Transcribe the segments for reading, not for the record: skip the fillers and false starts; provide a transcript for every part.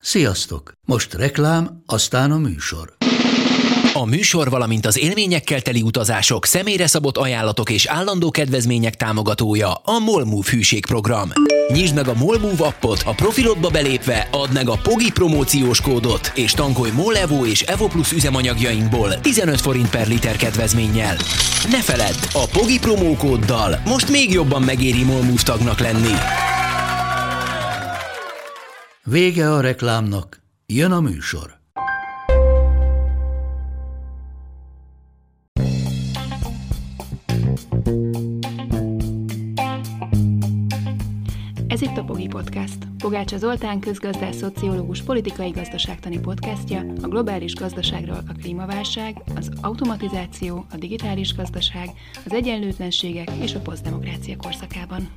Sziasztok! Most reklám, aztán a műsor. A műsor, valamint az élményekkel teli utazások, személyre szabott ajánlatok és állandó kedvezmények támogatója a MOL Move hűségprogram. Nyisd meg a MOL Move appot, a profilodba belépve add meg a POGI promóciós kódot, és tankolj MOL Evo és Evo Plus üzemanyagjainkból 15 forint per liter kedvezménnyel. Ne feledd, a POGI promókóddal most még jobban megéri MOL Move tagnak lenni. Vége a reklámnak, jön a műsor. Ez itt a POGI Podcast. Pogácsa Zoltán közgazdász, szociológus, politikai gazdaságtani podcastja a globális gazdaságról, a klímaválság, az automatizáció, a digitális gazdaság, az egyenlőtlenségek és a posztdemokrácia korszakában.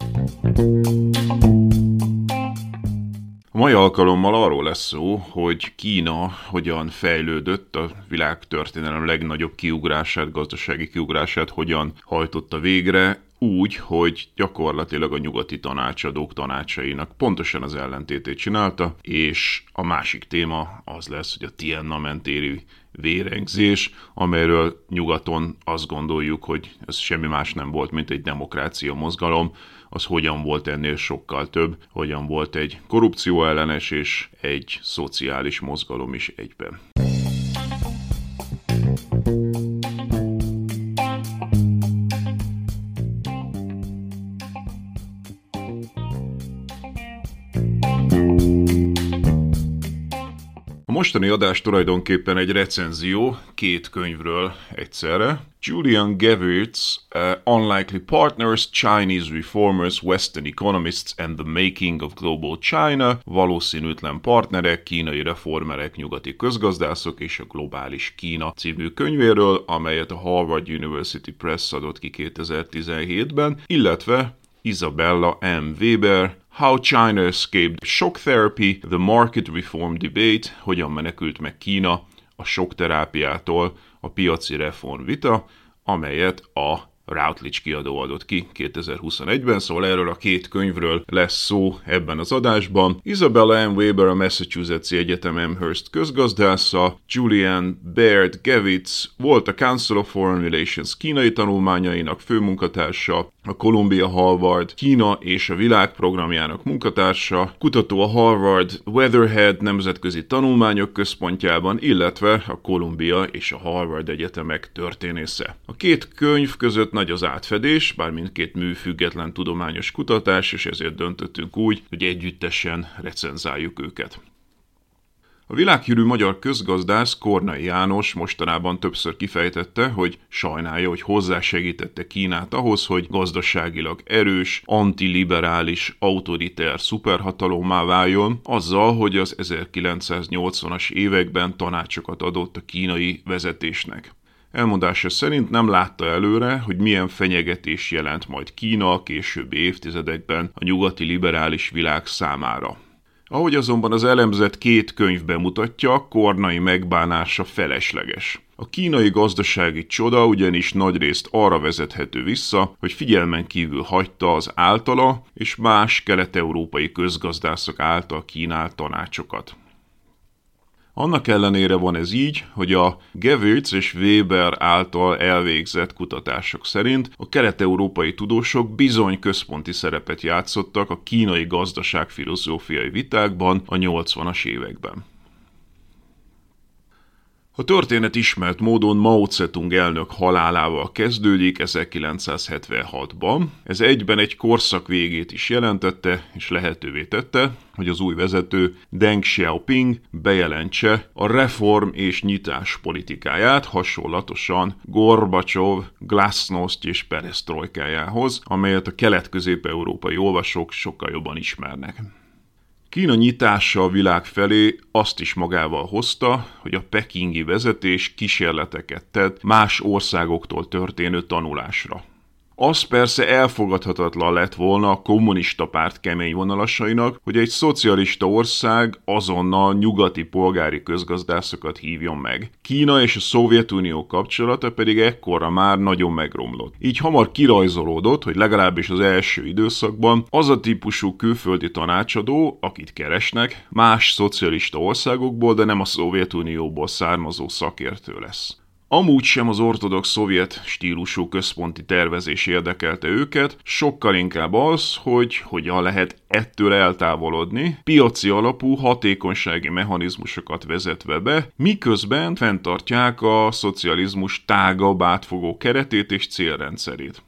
A mai alkalommal arról lesz szó, hogy Kína hogyan fejlődött, a világtörténelem legnagyobb kiugrását, gazdasági kiugrását hogyan hajtotta végre, úgy, hogy gyakorlatilag a nyugati tanácsadók tanácsainak pontosan az ellentétét csinálta, és a másik téma az lesz, hogy a Tiananmen téri vérengzés, amelyről nyugaton azt gondoljuk, hogy ez semmi más nem volt, mint egy demokrácia mozgalom, az hogyan volt ennél sokkal több, hogyan volt egy korrupció ellenes és egy szociális mozgalom is egyben. A mostani adás tulajdonképpen egy recenzió két könyvről egyszerre. Julian Gewirtz, Unlikely Partners, Chinese Reformers, Western Economists and the Making of Global China, valószínűtlen partnerek, kínai reformerek, nyugati közgazdászok és a globális Kína című könyvéről, amelyet a Harvard University Press adott ki 2017-ben, illetve Isabella M. Weber, How China Escaped Shock Therapy, The Market Reform Debate, hogyan menekült meg Kína a sokterápiától, a piaci reform vita, amelyet a Routledge kiadó adott ki 2021-ben, szóval erről a két könyvről lesz szó ebben az adásban. Isabella M. Weber a Massachusetts Egyetem Amherst közgazdásza, Julian Baird Gewirtz volt a Council of Foreign Relations kínai tanulmányainak főmunkatársa, a Columbia Harvard Kína és a világ programjának munkatársa, kutató a Harvard Weatherhead nemzetközi tanulmányok központjában, illetve a Columbia és a Harvard egyetemek történésze. A két könyv között nagy az átfedés, bár mindkét mű független tudományos kutatás, és ezért döntöttünk úgy, hogy együttesen recenzáljuk őket. A világhírű magyar közgazdász Kornai János mostanában többször kifejtette, hogy sajnálja, hogy hozzásegítette Kínát ahhoz, hogy gazdaságilag erős, antiliberális, autoriter szuperhatalommá váljon, azzal, hogy az 1980-as években tanácsokat adott a kínai vezetésnek. Elmondása szerint nem látta előre, hogy milyen fenyegetés jelent majd Kína a későbbi évtizedekben a nyugati liberális világ számára. Ahogy azonban az elemzett két könyv bemutatja, Kornai megbánása felesleges. A kínai gazdasági csoda ugyanis nagyrészt arra vezethető vissza, hogy figyelmen kívül hagyta az általa és más kelet-európai közgazdászok által kínált tanácsokat. Annak ellenére van ez így, hogy a Gewirtz és Weber által elvégzett kutatások szerint a kelet-európai tudósok bizony központi szerepet játszottak a kínai gazdaságfilozófiai vitákban a 80-as években. A történet ismert módon Mao Zedong elnök halálával kezdődik 1976-ban. Ez egyben egy korszak végét is jelentette, és lehetővé tette, hogy az új vezető Deng Xiaoping bejelentse a reform és nyitás politikáját, hasonlatosan Gorbacsov, glasznost és peresztrojkájához, amelyet a kelet-közép-európai olvasók sokkal jobban ismernek. Kína nyitása a világ felé azt is magával hozta, hogy a pekingi vezetés kísérleteket tett más országoktól történő tanulásra. Az persze elfogadhatatlan lett volna a kommunista párt kemény vonalasainak, hogy egy szocialista ország azonnal nyugati polgári közgazdászokat hívjon meg. Kína és a Szovjetunió kapcsolata pedig ekkorra már nagyon megromlott. Így hamar kirajzolódott, hogy legalábbis az első időszakban az a típusú külföldi tanácsadó, akit keresnek, más szocialista országokból, de nem a Szovjetunióból származó szakértő lesz. Amúgy sem az ortodox szovjet stílusú központi tervezés érdekelte őket, sokkal inkább az, hogy hogyan lehet ettől eltávolodni, piaci alapú hatékonysági mechanizmusokat vezetve be, miközben fenntartják a szocializmus tágabb átfogó keretét és célrendszerét.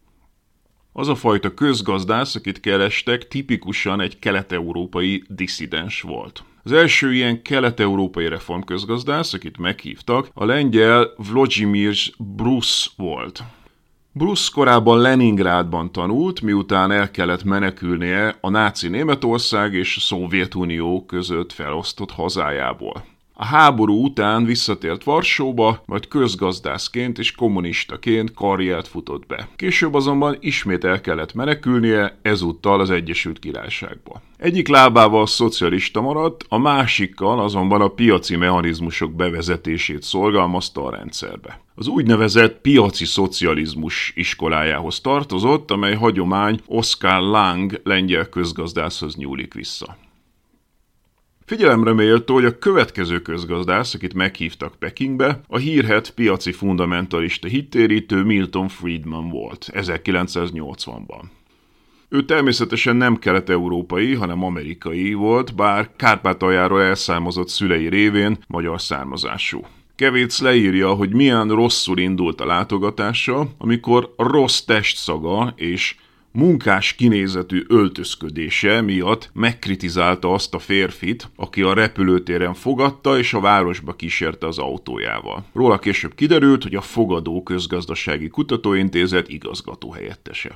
Az a fajta közgazdász, akit kerestek, tipikusan egy kelet-európai disszidens volt. Az első ilyen kelet-európai reformközgazdász, akit meghívtak, a lengyel Włodzimierz Bruss volt. Bruss korábban Leningrádban tanult, miután el kellett menekülnie a náci Németország és a Szovjetunió között felosztott hazájából. A háború után visszatért Varsóba, majd közgazdászként és kommunistaként karriert futott be. Később azonban ismét el kellett menekülnie, ezúttal az Egyesült Királyságba. Egyik lábával szocialista maradt, a másikkal azonban a piaci mechanizmusok bevezetését szorgalmazta a rendszerbe. Az úgynevezett piaci szocializmus iskolájához tartozott, amely hagyomány Oskar Lang lengyel közgazdászhoz nyúlik vissza. Figyelemre méltó, hogy a következő közgazdász, akit meghívtak Pekingbe, a hírhedt piaci fundamentalista hittérítő Milton Friedman volt 1980-ban. Ő természetesen nem kelet-európai, hanem amerikai volt, bár Kárpátaljáról elszármazott szülei révén magyar származású. Gevitz leírja, hogy milyen rosszul indult a látogatása, amikor rossz testszaga és munkás kinézetű öltözködése miatt megkritizálta azt a férfit, aki a repülőtéren fogadta és a városba kísérte az autójával. Róla később kiderült, hogy a Fogadó Közgazdasági Kutatóintézet igazgatóhelyettese.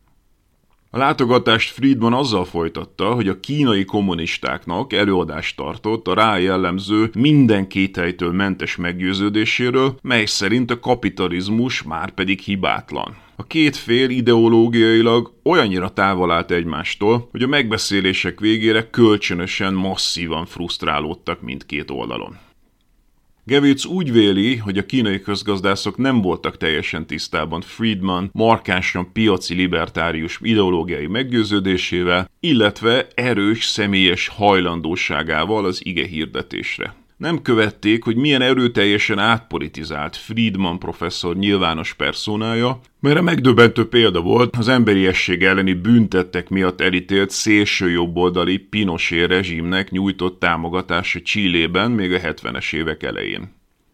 A látogatást Friedman azzal folytatta, hogy a kínai kommunistáknak előadást tartott a rá jellemző minden kételytől mentes meggyőződéséről, mely szerint a kapitalizmus márpedig hibátlan. A két fél ideológiailag olyannyira távol állt egymástól, hogy a megbeszélések végére kölcsönösen masszívan frusztrálódtak mindkét oldalon. Gevitz úgy véli, hogy a kínai közgazdászok nem voltak teljesen tisztában Friedman markánsan piaci libertárius ideológiai meggyőződésével, illetve erős személyes hajlandóságával az ige hirdetésre. Nem követték, hogy milyen erőteljesen átpolitizált Friedman professzor nyilvános perszónája, mert megdöbbentő példa volt az emberiesség elleni bűntettek miatt elítélt szélső jobboldali Pinochet rezsimnek nyújtott támogatása Chilében még a 70-es évek elején.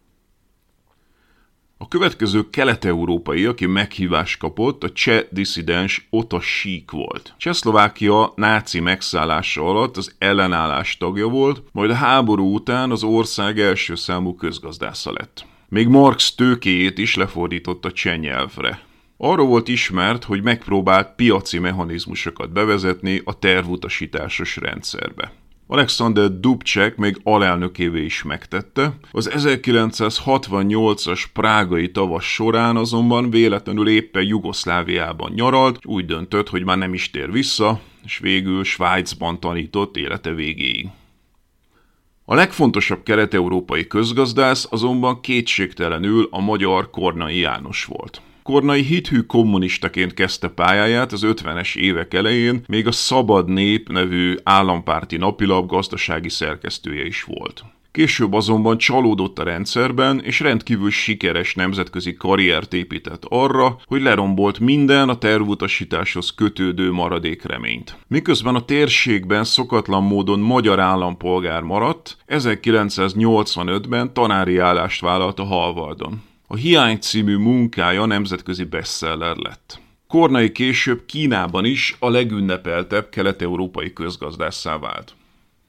A következő kelet-európai, aki meghívást kapott, a cseh disszidens Ota Sík volt. Csehszlovákia náci megszállása alatt az ellenállás tagja volt, majd a háború után az ország első számú közgazdásza lett. Még Marx tőkéjét is lefordította cseh nyelvre. Arról volt ismert, hogy megpróbált piaci mechanizmusokat bevezetni a tervutasításos rendszerbe. Alexander Dubček még alelnökévé is megtette, az 1968-as prágai tavasz során azonban véletlenül éppen Jugoszláviában nyaralt, úgy döntött, hogy már nem is tér vissza, és végül Svájcban tanított élete végéig. A legfontosabb kelet-európai közgazdász azonban kétségtelenül a magyar Kornai János volt. Kornai hithű kommunistaként kezdte pályáját az 50-es évek elején, még a Szabad Nép nevű állampárti napilap gazdasági szerkesztője is volt. Később azonban csalódott a rendszerben, és rendkívül sikeres nemzetközi karriert épített arra, hogy lerombolt minden a tervutasításhoz kötődő maradék reményt. Miközben a térségben szokatlan módon magyar állampolgár maradt, 1985-ben tanári állást vállalt a Harvardon. A Hiány című munkája nemzetközi bestseller lett. Kornai később Kínában is a legünnepeltebb kelet-európai közgazdásszá vált.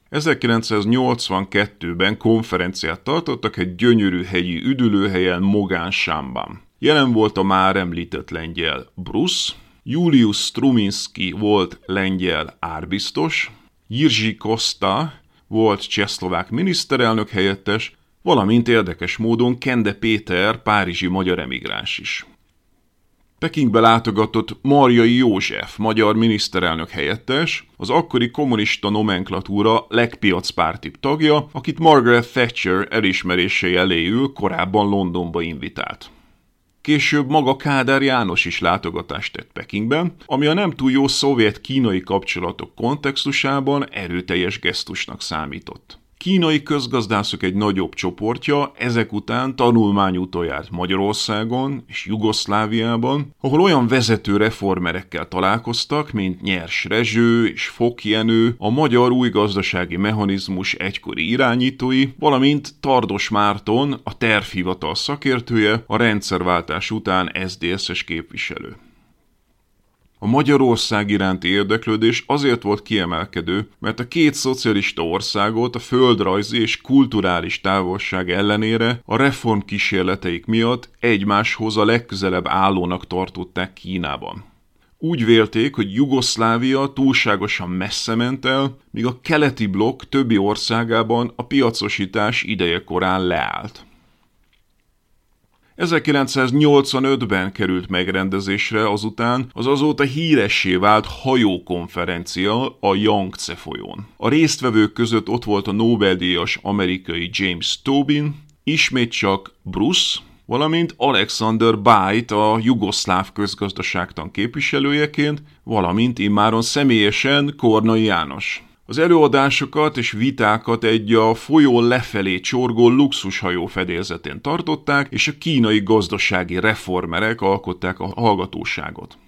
1982-ben konferenciát tartottak egy gyönyörű hegyi üdülőhelyen Mogán-Sánban. Jelen volt a már említett lengyel Bruss, Julius Struminski volt lengyel árbiztos, Jiří Kosta volt csehszlovák miniszterelnök helyettes, valamint érdekes módon Kende Péter párizsi magyar emigráns is. Pekingbe látogatott Marjai József, magyar miniszterelnök helyettes, az akkori kommunista nomenklatúra legpiacpártibb tagja, akit Margaret Thatcher elismerései eléül korábban Londonba invitált. Később maga Kádár János is látogatást tett Pekingben, ami a nem túl jó szovjet-kínai kapcsolatok kontextusában erőteljes gesztusnak számított. Kínai közgazdászok egy nagyobb csoportja ezek után tanulmányúton járt Magyarországon és Jugoszláviában, ahol olyan vezető reformerekkel találkoztak, mint Nyers Rezső és Fok Jenő, a magyar új gazdasági mechanizmus egykori irányítói, valamint Tardos Márton, a tervhivatal szakértője, a rendszerváltás után SZDSZ-es képviselő. A Magyarország iránti érdeklődés azért volt kiemelkedő, mert a két szocialista országot a földrajzi és kulturális távolság ellenére a reformkísérleteik miatt egymáshoz a legközelebb állónak tartották Kínában. Úgy vélték, hogy Jugoszlávia túlságosan messze ment el, míg a keleti blokk többi országában a piacosítás ideje korán leállt. 1985-ben került megrendezésre azután az azóta híressé vált hajókonferencia a Yangtze folyón. A résztvevők között ott volt a Nobel-díjas amerikai James Tobin, ismét csak Bruce, valamint Alexander Bajt a jugoszláv közgazdaságtan képviselőjeként, valamint immáron személyesen Kornai János. Az előadásokat és vitákat egy a folyón lefelé csorgó luxushajó fedélzetén tartották, és a kínai gazdasági reformerek alkották a hallgatóságot.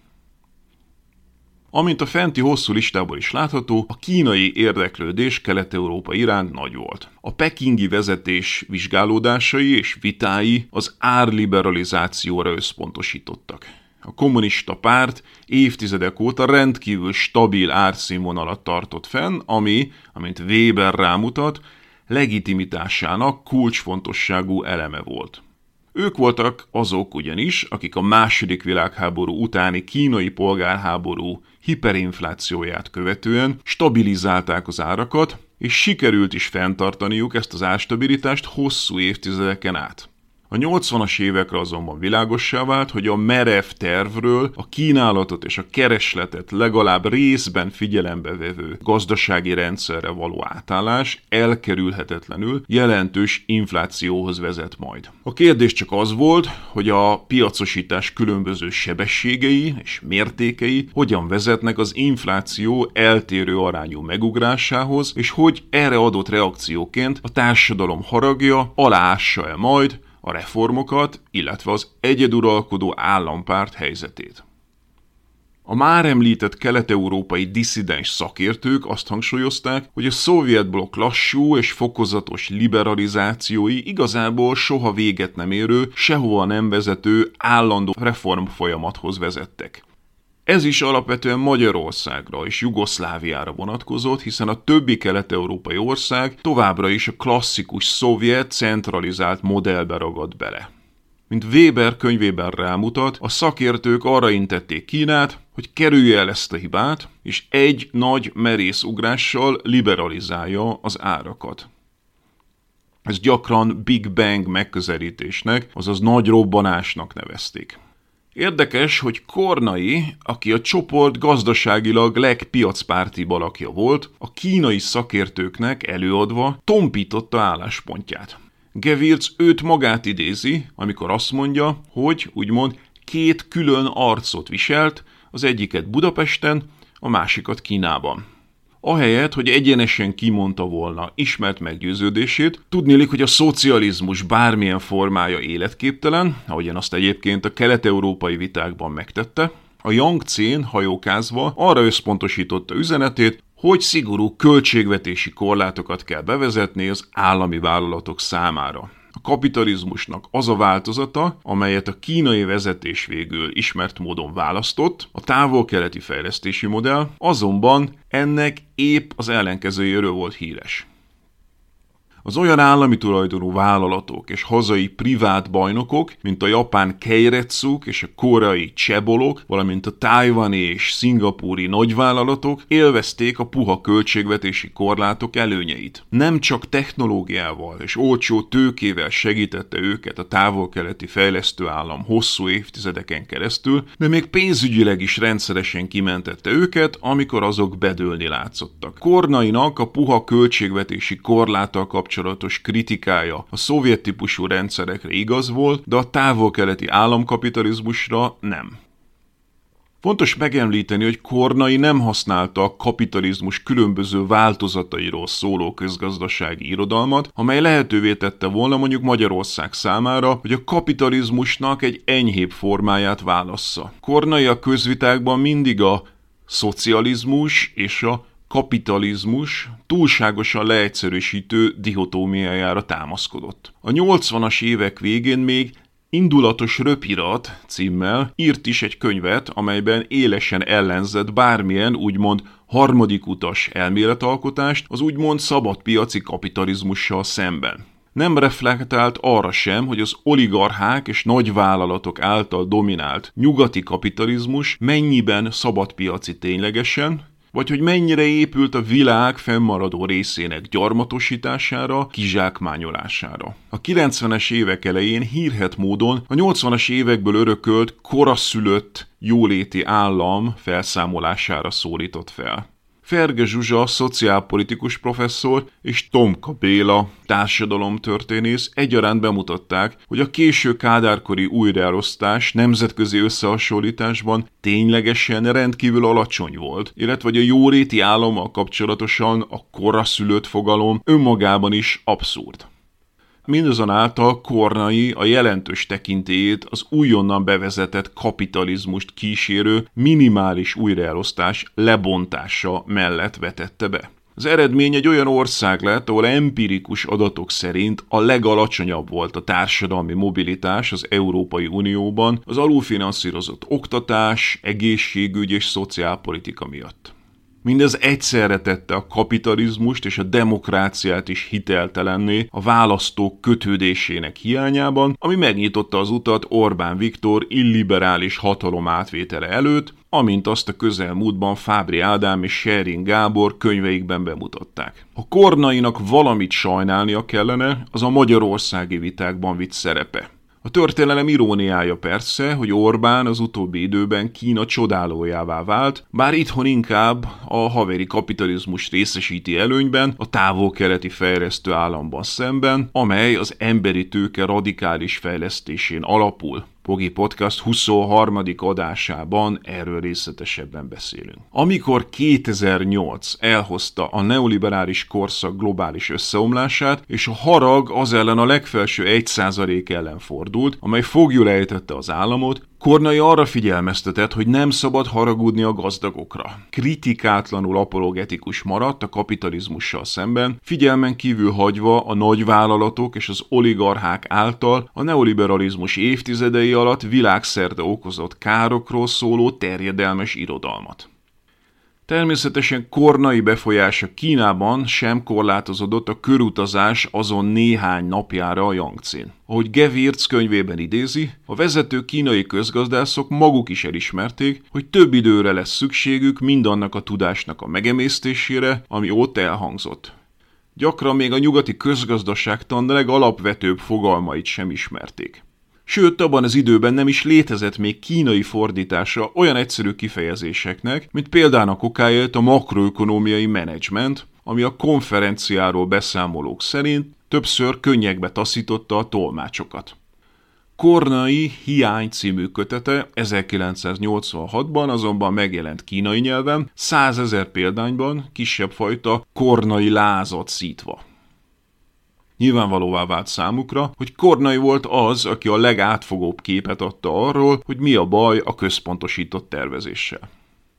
Amint a fenti hosszú listából is látható, a kínai érdeklődés Kelet-Európa iránt nagy volt. A pekingi vezetés vizsgálódásai és vitái az árliberalizációra összpontosítottak. A kommunista párt évtizedek óta rendkívül stabil árszínvonalat tartott fenn, ami, amint Weber rámutat, legitimitásának kulcsfontosságú eleme volt. Ők voltak azok ugyanis, akik a II. Világháború utáni kínai polgárháború hiperinflációját követően stabilizálták az árakat, és sikerült is fenntartaniuk ezt az árstabilitást hosszú évtizedeken át. A 80-as évekre azonban világossá vált, hogy a merev tervről a kínálatot és a keresletet legalább részben figyelembe vevő gazdasági rendszerre való átállás elkerülhetetlenül jelentős inflációhoz vezet majd. A kérdés csak az volt, hogy a piacosítás különböző sebességei és mértékei hogyan vezetnek az infláció eltérő arányú megugrásához, és hogy erre adott reakcióként a társadalom haragja aláássa-e majd a reformokat, illetve az egyeduralkodó állampárt helyzetét. A már említett kelet-európai disszidens szakértők azt hangsúlyozták, hogy a szovjet blokk lassú és fokozatos liberalizációi igazából soha véget nem érő, sehova nem vezető állandó reformfolyamathoz vezettek. Ez is alapvetően Magyarországra és Jugoszláviára vonatkozott, hiszen a többi kelet-európai ország továbbra is a klasszikus szovjet centralizált modellbe ragadt bele. Mint Weber könyvében rámutat, a szakértők arra intették Kínát, hogy kerülje el ezt a hibát, és egy nagy merész ugrással liberalizálja az árakat. Ezt gyakran Big Bang megközelítésnek, azaz nagy robbanásnak nevezték. Érdekes, hogy Kornai, aki a csoport gazdaságilag legpiacpártibb alakja volt, a kínai szakértőknek előadva tompította álláspontját. Gewirtz őt magát idézi, amikor azt mondja, hogy úgymond két külön arcot viselt, az egyiket Budapesten, a másikat Kínában. Ahelyett, hogy egyenesen kimondta volna ismert meggyőződését, tudniillik, hogy a szocializmus bármilyen formája életképtelen, ahogyan azt egyébként a kelet-európai vitákban megtette, a Yangtze-n hajókázva arra összpontosította üzenetét, hogy szigorú költségvetési korlátokat kell bevezetni az állami vállalatok számára. A kapitalizmusnak az a változata, amelyet a kínai vezetés végül ismert módon választott, a távol-keleti fejlesztési modell, azonban ennek épp az ellenkezőjéről volt híres. Az olyan állami tulajdonú vállalatok és hazai privát bajnokok, mint a japán Keiretsuk és a koreai Chaebolok, valamint a tájvani és szingapúri nagyvállalatok élvezték a puha költségvetési korlátok előnyeit. Nem csak technológiával és olcsó tőkével segítette őket a távol-keleti fejlesztő állam hosszú évtizedeken keresztül, de még pénzügyileg is rendszeresen kimentette őket, amikor azok bedőlni látszottak. Kornainak a puha költségvetési korláttal kapcsolatos kritikája a szovjet típusú rendszerekre igaz volt, de a távol-keleti államkapitalizmusra nem. Fontos megemlíteni, hogy Kornai nem használta a kapitalizmus különböző változatairól szóló közgazdasági irodalmat, amely lehetővé tette volna mondjuk Magyarország számára, hogy a kapitalizmusnak egy enyhébb formáját válassza. Kornai a közvitákban mindig a szocializmus és a kapitalizmus túlságosan leegyszerűsítő dihotómiájára támaszkodott. A 80-as évek végén még Indulatos röpirat címmel írt is egy könyvet, amelyben élesen ellenzett bármilyen úgymond harmadik utas elméletalkotást az úgymond szabadpiaci kapitalizmussal szemben. Nem reflektált arra sem, hogy az oligarchák és nagyvállalatok által dominált nyugati kapitalizmus mennyiben szabadpiaci ténylegesen, vagy hogy mennyire épült a világ fennmaradó részének gyarmatosítására, kizsákmányolására. A 90-es évek elején hírhedt módon a 80-as évekből örökölt koraszülött jóléti állam felszámolására szólított fel. Ferge Zsuzsa, szociálpolitikus professzor, és Tomka Béla, társadalomtörténész egyaránt bemutatták, hogy a késő kádárkori újraelosztás nemzetközi összehasonlításban ténylegesen rendkívül alacsony volt, illetve hogy a jóléti állammal kapcsolatosan a koraszülött fogalom önmagában is abszurd. Mindazonáltal Kornai a jelentős tekintélyét az újonnan bevezetett kapitalizmust kísérő minimális újraelosztás lebontása mellett vetette be. Az eredmény egy olyan ország lett, ahol empirikus adatok szerint a legalacsonyabb volt a társadalmi mobilitás az Európai Unióban az alulfinanszírozott oktatás, egészségügy és szociálpolitika miatt. Mindez egyszerre tette a kapitalizmust és a demokráciát is hiteltelenné a választók kötődésének hiányában, ami megnyitotta az utat Orbán Viktor illiberális hatalom átvétele előtt, amint azt a közelmúltban Fábry Ádám és Schering Gábor könyveikben bemutatták. Ha Kornainak valamit sajnálnia kellene, az a magyarországi vitákban vitt szerepe. A történelem iróniája persze, hogy Orbán az utóbbi időben Kína csodálójává vált, bár itthon inkább a haveri kapitalizmus részesíti előnyben a távol-keleti fejlesztő államban szemben, amely az emberi tőke radikális fejlesztésén alapul. Pogi Podcast 23. adásában erről részletesebben beszélünk. Amikor 2008 elhozta a neoliberális korszak globális összeomlását, és a harag az ellen a legfelső 1% ellen fordult, amely foglyul ejtette az államot, Kornai arra figyelmeztetett, hogy nem szabad haragudni a gazdagokra. Kritikátlanul apologetikus maradt a kapitalizmussal szemben, figyelmen kívül hagyva a nagyvállalatok és az oligarchák által a neoliberalizmus évtizedei alatt világszerte okozott károkról szóló terjedelmes irodalmat. Természetesen Kornai befolyása Kínában sem korlátozódott a körutazás azon néhány napjára a Jangcén. Ahogy Gewirtz könyvében idézi, a vezető kínai közgazdászok maguk is elismerték, hogy több időre lesz szükségük mindannak a tudásnak a megemésztésére, ami ott elhangzott. Gyakran még a nyugati közgazdaságtan legalapvetőbb fogalmait sem ismerték. Sőt, abban az időben nem is létezett még kínai fordítása olyan egyszerű kifejezéseknek, mint példának okáért a makroökonómiai menedzsment, ami a konferenciáról beszámolók szerint többször könnyekbe taszította a tolmácsokat. Kornai Hiány című kötete 1986-ban azonban megjelent kínai nyelven, 100 000 példányban, kisebb fajta Kornai lázat szítva. Nyilvánvalóvá vált számukra, hogy Kornai volt az, aki a legátfogóbb képet adta arról, hogy mi a baj a központosított tervezéssel.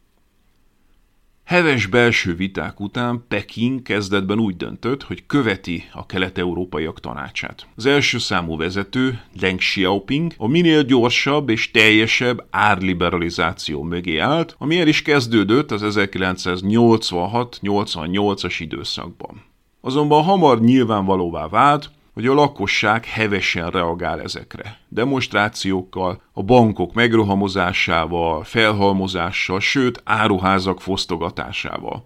Heves belső viták után Peking kezdetben úgy döntött, hogy követi a kelet-európaiak tanácsát. Az első számú vezető, Deng Xiaoping, a minél gyorsabb és teljesebb árliberalizáció mögé állt, ami el is kezdődött az 1986-88-as időszakban. Azonban hamar nyilvánvalóvá vált, hogy a lakosság hevesen reagál ezekre. Demonstrációkkal, a bankok megrohamozásával, felhalmozással, sőt áruházak fosztogatásával.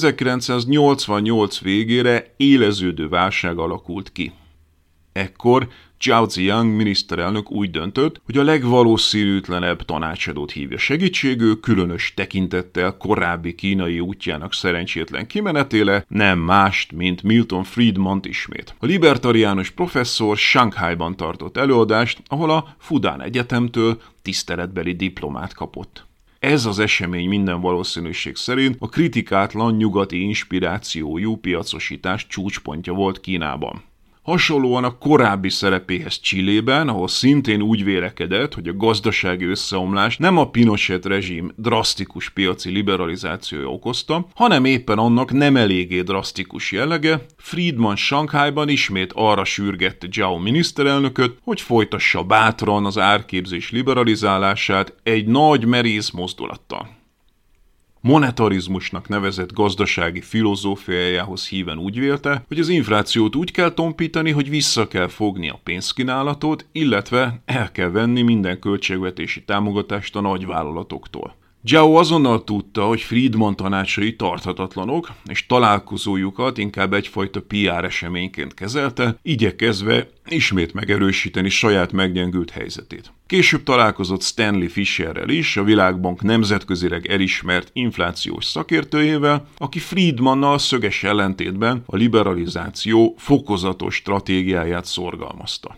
1988 végére éleződő válság alakult ki. Ekkor Zhao Ziyang miniszterelnök úgy döntött, hogy a legvalószínűtlenebb tanácsadót hívja segítségül, különös tekintettel korábbi kínai útjának szerencsétlen kimenetére, nem mást, mint Milton Friedmant ismét. A libertariánus professzor Shanghaiban tartott előadást, ahol a Fudan Egyetemtől tiszteletbeli diplomát kapott. Ez az esemény minden valószínűség szerint a kritikátlan nyugati inspirációjú piacosítás csúcspontja volt Kínában. Hasonlóan a korábbi szerepéhez Chilében, ahol szintén úgy vélekedett, hogy a gazdasági összeomlás nem a Pinochet rezsim drasztikus piaci liberalizációja okozta, hanem éppen annak nem eléggé drasztikus jellege, Friedman Shanghaiban ismét arra sürgette Zhao miniszterelnököt, hogy folytassa bátran az árképzés liberalizálását egy nagy merész mozdulattal. Monetarizmusnak nevezett gazdasági filozófiájához híven úgy vélte, hogy az inflációt úgy kell tompítani, hogy vissza kell fogni a pénzkínálatot, illetve el kell venni minden költségvetési támogatást a nagyvállalatoktól. Zhao azonnal tudta, hogy Friedman tanácsai tarthatatlanok, és találkozójukat inkább egyfajta PR eseményként kezelte, igyekezve ismét megerősíteni saját meggyengült helyzetét. Később találkozott Stanley Fischerrel is, a Világbank nemzetközileg elismert inflációs szakértőjével, aki Friedmannal szöges ellentétben a liberalizáció fokozatos stratégiáját szorgalmazta.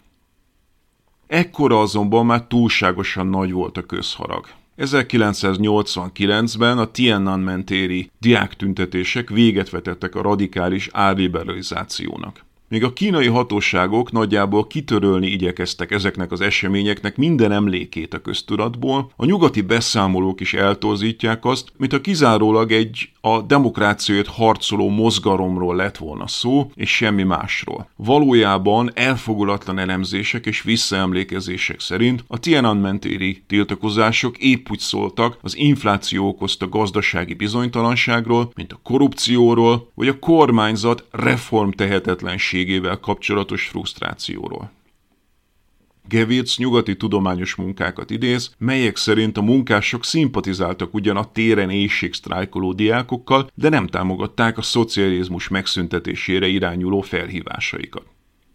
Ekkora azonban már túlságosan nagy volt a közharag. 1989-ben a Tiananmen téri diáktüntetések véget vetettek a radikális árliberalizációnak. Még a kínai hatóságok nagyjából kitörölni igyekeztek ezeknek az eseményeknek minden emlékét a köztudatból, a nyugati beszámolók is eltorzítják azt, mintha kizárólag egy a demokráciáért harcoló mozgalomról lett volna szó, és semmi másról. Valójában elfogulatlan elemzések és visszaemlékezések szerint a Tiananmen téri tiltakozások épp úgy szóltak az infláció okozta gazdasági bizonytalanságról, mint a korrupcióról, vagy a kormányzat reformtehetetlenségével kapcsolatos frusztrációról. Gevitz nyugati tudományos munkákat idéz, melyek szerint a munkások szimpatizáltak ugyan a téren éhségsztrájkoló diákokkal, de nem támogatták a szocializmus megszüntetésére irányuló felhívásaikat.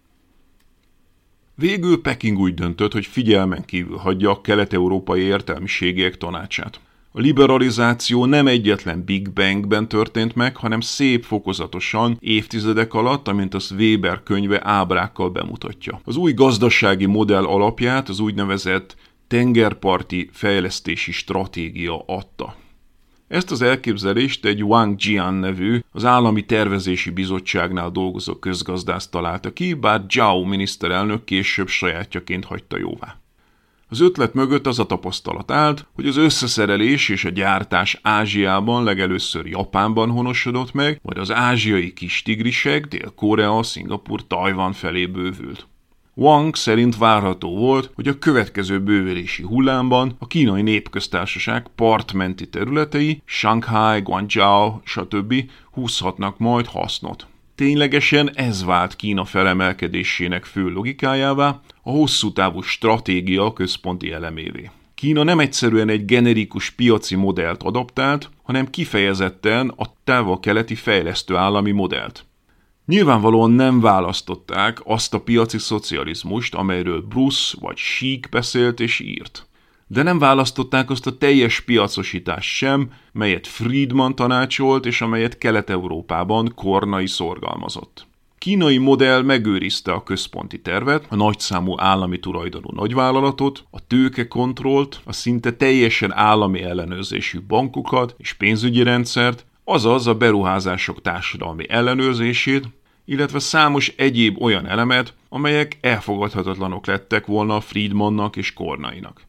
Végül Peking úgy döntött, hogy figyelmen kívül hagyja a kelet-európai értelmiségiek tanácsát. A liberalizáció nem egyetlen Big Bangben történt meg, hanem szép fokozatosan, évtizedek alatt, amint az Weber könyve ábrákkal bemutatja. Az új gazdasági modell alapját az úgynevezett tengerparti fejlesztési stratégia adta. Ezt az elképzelést egy Wang Jian nevű, az Állami Tervezési Bizottságnál dolgozó közgazdász találta ki, bár Zhao miniszterelnök később sajátjaként hagyta jóvá. Az ötlet mögött az a tapasztalat állt, hogy az összeszerelés és a gyártás Ázsiában legelőször Japánban honosodott meg, majd az ázsiai kis tigrisek Dél-Korea, Szingapur, Tajvan felé bővült. Wang szerint várható volt, hogy a következő bővülési hullámban a Kínai Népköztársaság partmenti területei, Shanghai, Guangzhou, stb. Húzhatnak majd hasznot. Ténylegesen ez vált Kína felemelkedésének fő logikájává, a hosszú távú stratégia központi elemévé. Kína nem egyszerűen egy generikus piaci modellt adaptált, hanem kifejezetten a távol-keleti fejlesztő állami modellt. Nyilvánvalóan nem választották azt a piaci szocializmust, amelyről Bruce vagy Sheik beszélt és írt. De nem választották azt a teljes piacosítást sem, melyet Friedman tanácsolt és amelyet Kelet-Európában Kornai szorgalmazott. Kínai modell megőrizte a központi tervet, a nagyszámú állami tulajdonú nagyvállalatot, a tőkekontrollt, a szinte teljesen állami ellenőrzésű bankokat és pénzügyi rendszert, azaz a beruházások társadalmi ellenőrzését, illetve számos egyéb olyan elemet, amelyek elfogadhatatlanok lettek volna Friedmannak és Kornainak.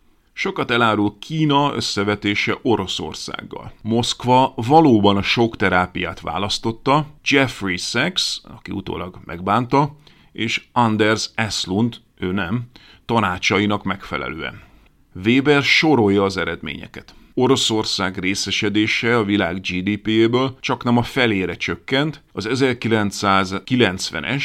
Sokat elárul Kína összevetése Oroszországgal. Moszkva valóban a sokterápiát választotta, Jeffrey Sachs, aki utólag megbánta, és Anders Eslund, ő nem, tanácsainak megfelelően. Weber sorolja az eredményeket. Oroszország részesedése a világ GDP-ből csaknem a felére csökkent, az 1990-es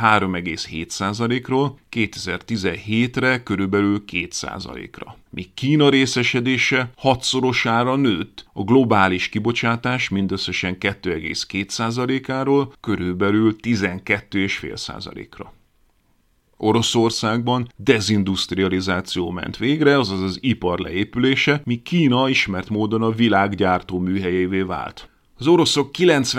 3,7%-ról 2017-re körülbelül 2%-ra. Míg Kína részesedése 6-szorosára nőtt, a globális kibocsátás mindösszesen 2,2%-áról körülbelül 12,5%-ra. Oroszországban dezindustrializáció ment végre, azaz az ipar leépülése, míg Kína ismert módon a világ gyártóműhelyévé vált. Az oroszok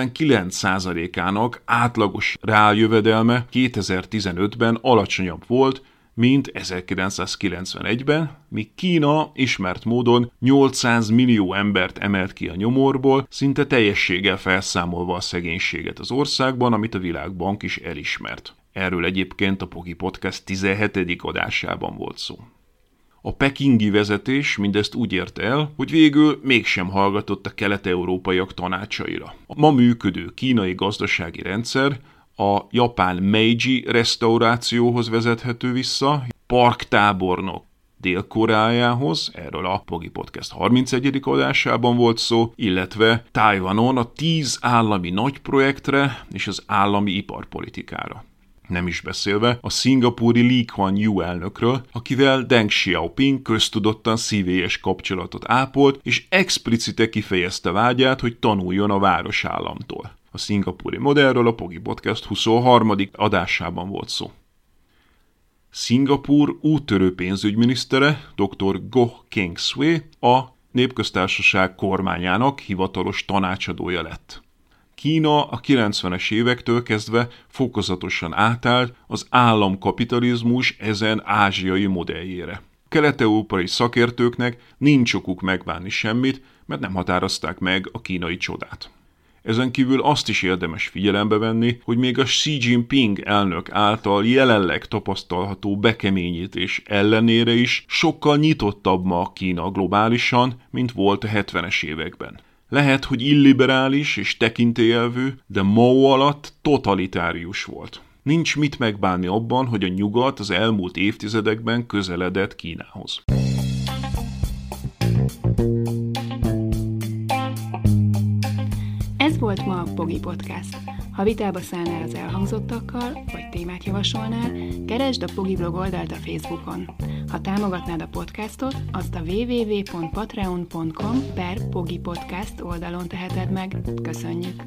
99%-ának átlagos reáljövedelme 2015-ben alacsonyabb volt, mint 1991-ben, míg Kína ismert módon 800 millió embert emelt ki a nyomorból, szinte teljességgel felszámolva a szegénységet az országban, amit a Világbank is elismert. Erről egyébként a Pogi Podcast 17. adásában volt szó. A pekingi vezetés mindezt úgy érte el, hogy végül mégsem hallgatott a kelet-európaiak tanácsaira. A ma működő kínai gazdasági rendszer a japán Meiji restaurációhoz vezethető vissza, parktábornok Dél-Koreájához, erről a Pogi Podcast 31. adásában volt szó, illetve Tajvanon a 10 állami nagyprojektre és az állami iparpolitikára. Nem is beszélve a szingapúri Lee Kuan Yew elnökről, akivel Deng Xiaoping köztudottan szívélyes kapcsolatot ápolt, és explicite kifejezte vágyát, hogy tanuljon a városállamtól. A szingapúri modellről a Pogi Podcast 23. adásában volt szó. Szingapúr úttörő pénzügyminisztere, dr. Goh Keng Swee a Népköztársaság kormányának hivatalos tanácsadója lett. Kína a 90-es évektől kezdve fokozatosan átállt az államkapitalizmus ezen ázsiai modelljére. A kelet-európai szakértőknek nincs okuk megbánni semmit, mert nem határozták meg a kínai csodát. Ezen kívül azt is érdemes figyelembe venni, hogy még a Xi Jinping elnök által jelenleg tapasztalható bekeményítés ellenére is sokkal nyitottabb ma Kína globálisan, mint volt a 70-es években. Lehet, hogy illiberális és tekintélyelvű, de Mao alatt totalitárius volt. Nincs mit megbánni abban, hogy a nyugat az elmúlt évtizedekben közeledett Kínához. Ez volt ma a Pogi Podcast. Ha vitába szállnál az elhangzottakkal, vagy témát javasolnál, keresd a Pogi blog oldalt a Facebookon. Ha támogatnád a podcastot, azt a www.patreon.com/pogipodcast oldalon teheted meg. Köszönjük!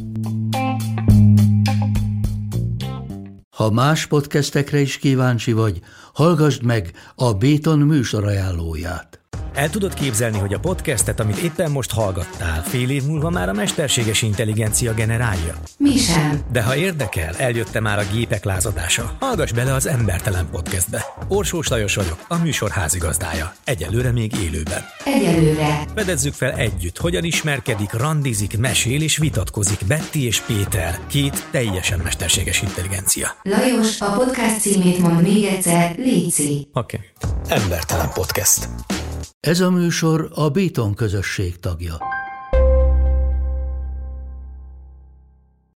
Ha más podcastekre is kíváncsi vagy, hallgassd meg a Béton műsor ajánlóját. El tudod képzelni, hogy a podcastet, amit éppen most hallgattál, fél év múlva már a mesterséges intelligencia generálja? Mi sem. De ha érdekel, eljött már a gépek lázadása. Hallgass bele az Embertelen Podcastbe. Orsós Lajos vagyok, a műsor házigazdája. Egyelőre még élőben. Egyelőre. Fedezzük fel együtt, hogyan ismerkedik, randizik, mesél és vitatkozik Betty és Péter, két teljesen mesterséges intelligencia. Lajos, a podcast címét mond még egyszer, léci. Oké. Embertelen Podcast. Ez a műsor a Béton közösség tagja.